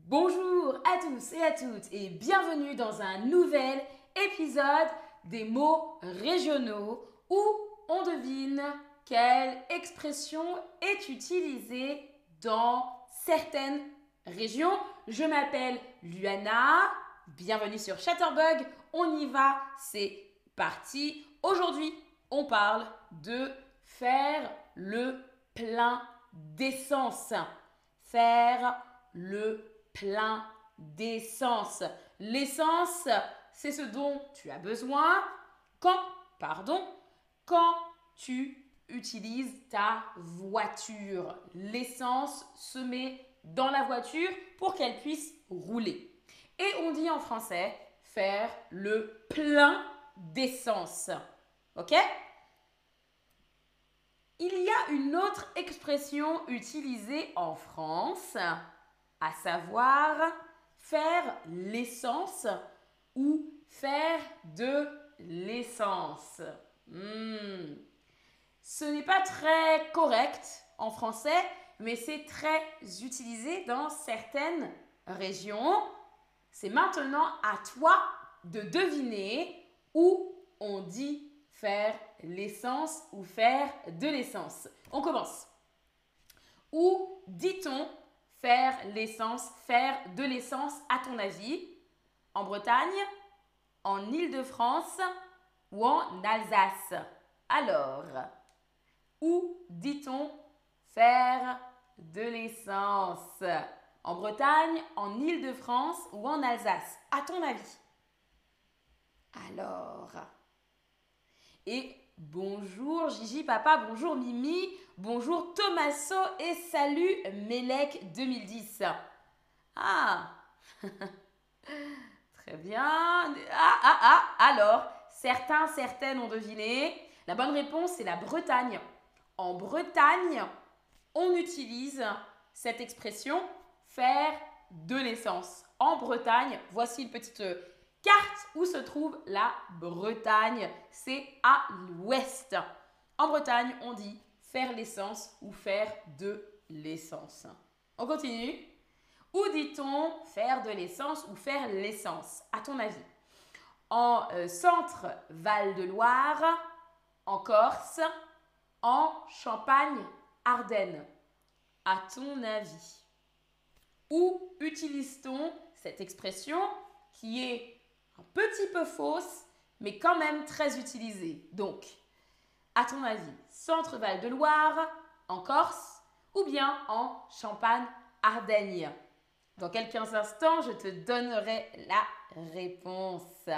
Bonjour à tous et à toutes et bienvenue dans un nouvel épisode des mots régionaux où on devine quelle expression est utilisée dans certaines régions. Je m'appelle Luana, bienvenue sur Chatterbug, on y va, c'est parti. Aujourd'hui, on parle de faire le plein d'essence. Faire le plein d'essence. L'essence, c'est ce dont tu as besoin quand tu utilises ta voiture. L'essence se met dans la voiture pour qu'elle puisse rouler. Et on dit en français faire le plein d'essence. Ok ? Il y a une autre expression utilisée en France, à savoir faire l'essence ou faire de l'essence. Ce n'est pas très correct en français, mais c'est très utilisé dans certaines régions. C'est maintenant à toi de deviner où on dit faire l'essence ou faire de l'essence. On commence. Où dit-on faire l'essence, faire de l'essence à ton avis? En Bretagne, en Île-de-France ou en Alsace? Alors, où dit-on faire de l'essence? En Bretagne, en Île-de-France ou en Alsace? À ton avis? Alors, et bonjour Gigi Papa, bonjour Mimi, bonjour Tommaso et salut Melek 2010. Ah, très bien. Alors, certaines ont deviné. La bonne réponse, c'est la Bretagne. En Bretagne, on utilise cette expression faire de l'essence. En Bretagne, voici une petite carte où se trouve la Bretagne. C'est à l'ouest. En Bretagne, on dit faire l'essence ou faire de l'essence. On continue. Où dit-on faire de l'essence ou faire l'essence, à ton avis? En centre Val-de-Loire, en Corse, en Champagne-Ardenne, à ton avis? Où utilise-t-on cette expression qui est un petit peu fausse, mais quand même très utilisée? Donc, à ton avis, centre Val-de-Loire, en Corse ou bien en Champagne-Ardenne? Dans quelques instants, je te donnerai la réponse.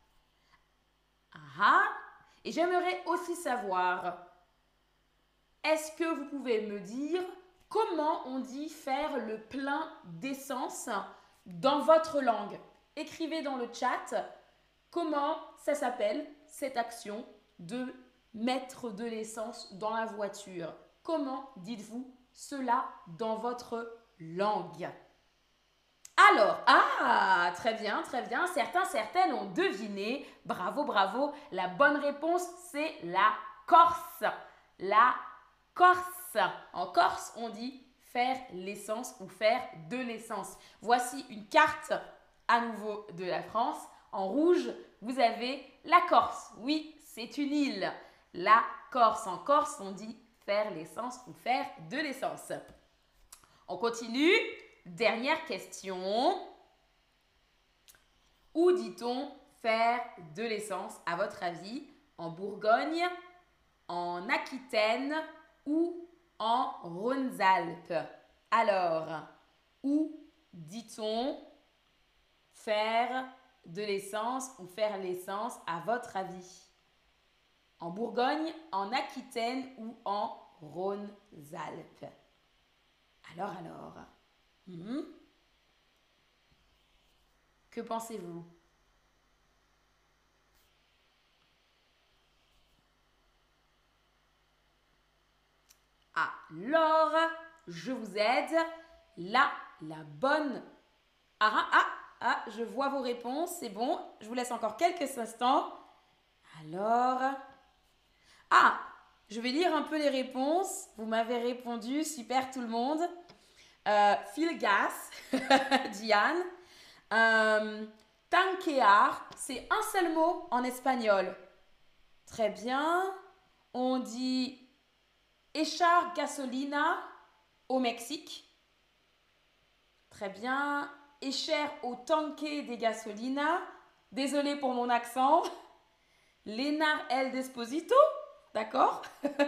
Et j'aimerais aussi savoir, est-ce que vous pouvez me dire comment on dit faire le plein d'essence dans votre langue? Écrivez dans le chat comment ça s'appelle cette action de mettre de l'essence dans la voiture. Comment dites-vous cela dans votre langue? Alors, très bien. Certaines ont deviné. Bravo. La bonne réponse, c'est la Corse. La Corse. En Corse, on dit faire l'essence ou faire de l'essence. Voici une carte à nouveau de la France. En rouge, vous avez la Corse. Oui, c'est une île. La Corse. En Corse, on dit faire l'essence ou faire de l'essence. On continue. Dernière question. Où dit-on faire de l'essence, à votre avis? En Bourgogne, en Aquitaine ou en Rhône-Alpes? Alors, où dit-on faire de l'essence ou faire l'essence, à votre avis? En Bourgogne, en Aquitaine ou en Rhône-Alpes? Alors. Que pensez-vous? Alors, je vous aide. Là, la bonne... je vois vos réponses, c'est bon. Je vous laisse encore quelques instants. Alors... je vais lire un peu les réponses. Vous m'avez répondu, super tout le monde. Fil gas, Diane. Tanquear, c'est un seul mot en espagnol. Très bien. On dit echar gasolina au Mexique. Très bien. Echar au tanque de gasolina. Désolée pour mon accent. Lenar el Desposito. D'accord.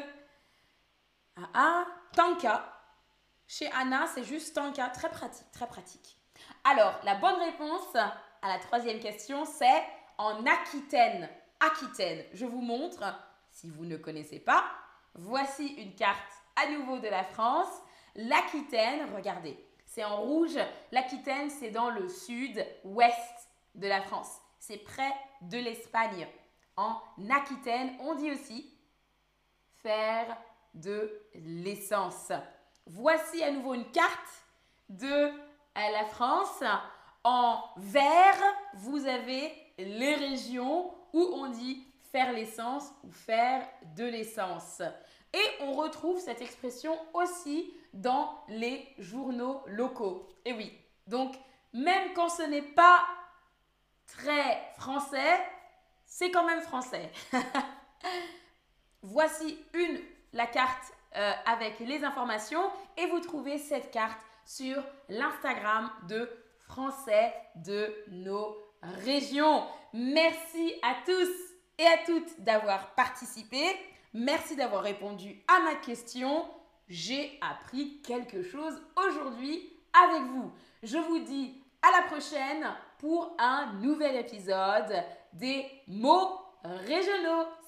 Tanka. Chez Anna, c'est juste tanka. Très pratique, très pratique. Alors, la bonne réponse à la troisième question, c'est en Aquitaine. Aquitaine, je vous montre, si vous ne connaissez pas, voici une carte à nouveau de la France. L'Aquitaine, regardez, c'est en rouge. L'Aquitaine, c'est dans le sud-ouest de la France. C'est près de l'Espagne. En Aquitaine, on dit aussi faire de l'essence. Voici à nouveau une carte de la France. En vert, vous avez les régions où on dit faire l'essence ou faire de l'essence. Et on retrouve cette expression aussi dans les journaux locaux. Et oui, donc même quand ce n'est pas très français, c'est quand même français. Voici la carte avec les informations et vous trouvez cette carte sur l'Instagram de Français de nos régions. Merci à tous et à toutes d'avoir participé. Merci d'avoir répondu à ma question. J'ai appris quelque chose aujourd'hui avec vous. Je vous dis à la prochaine pour un nouvel épisode des mots régionaux.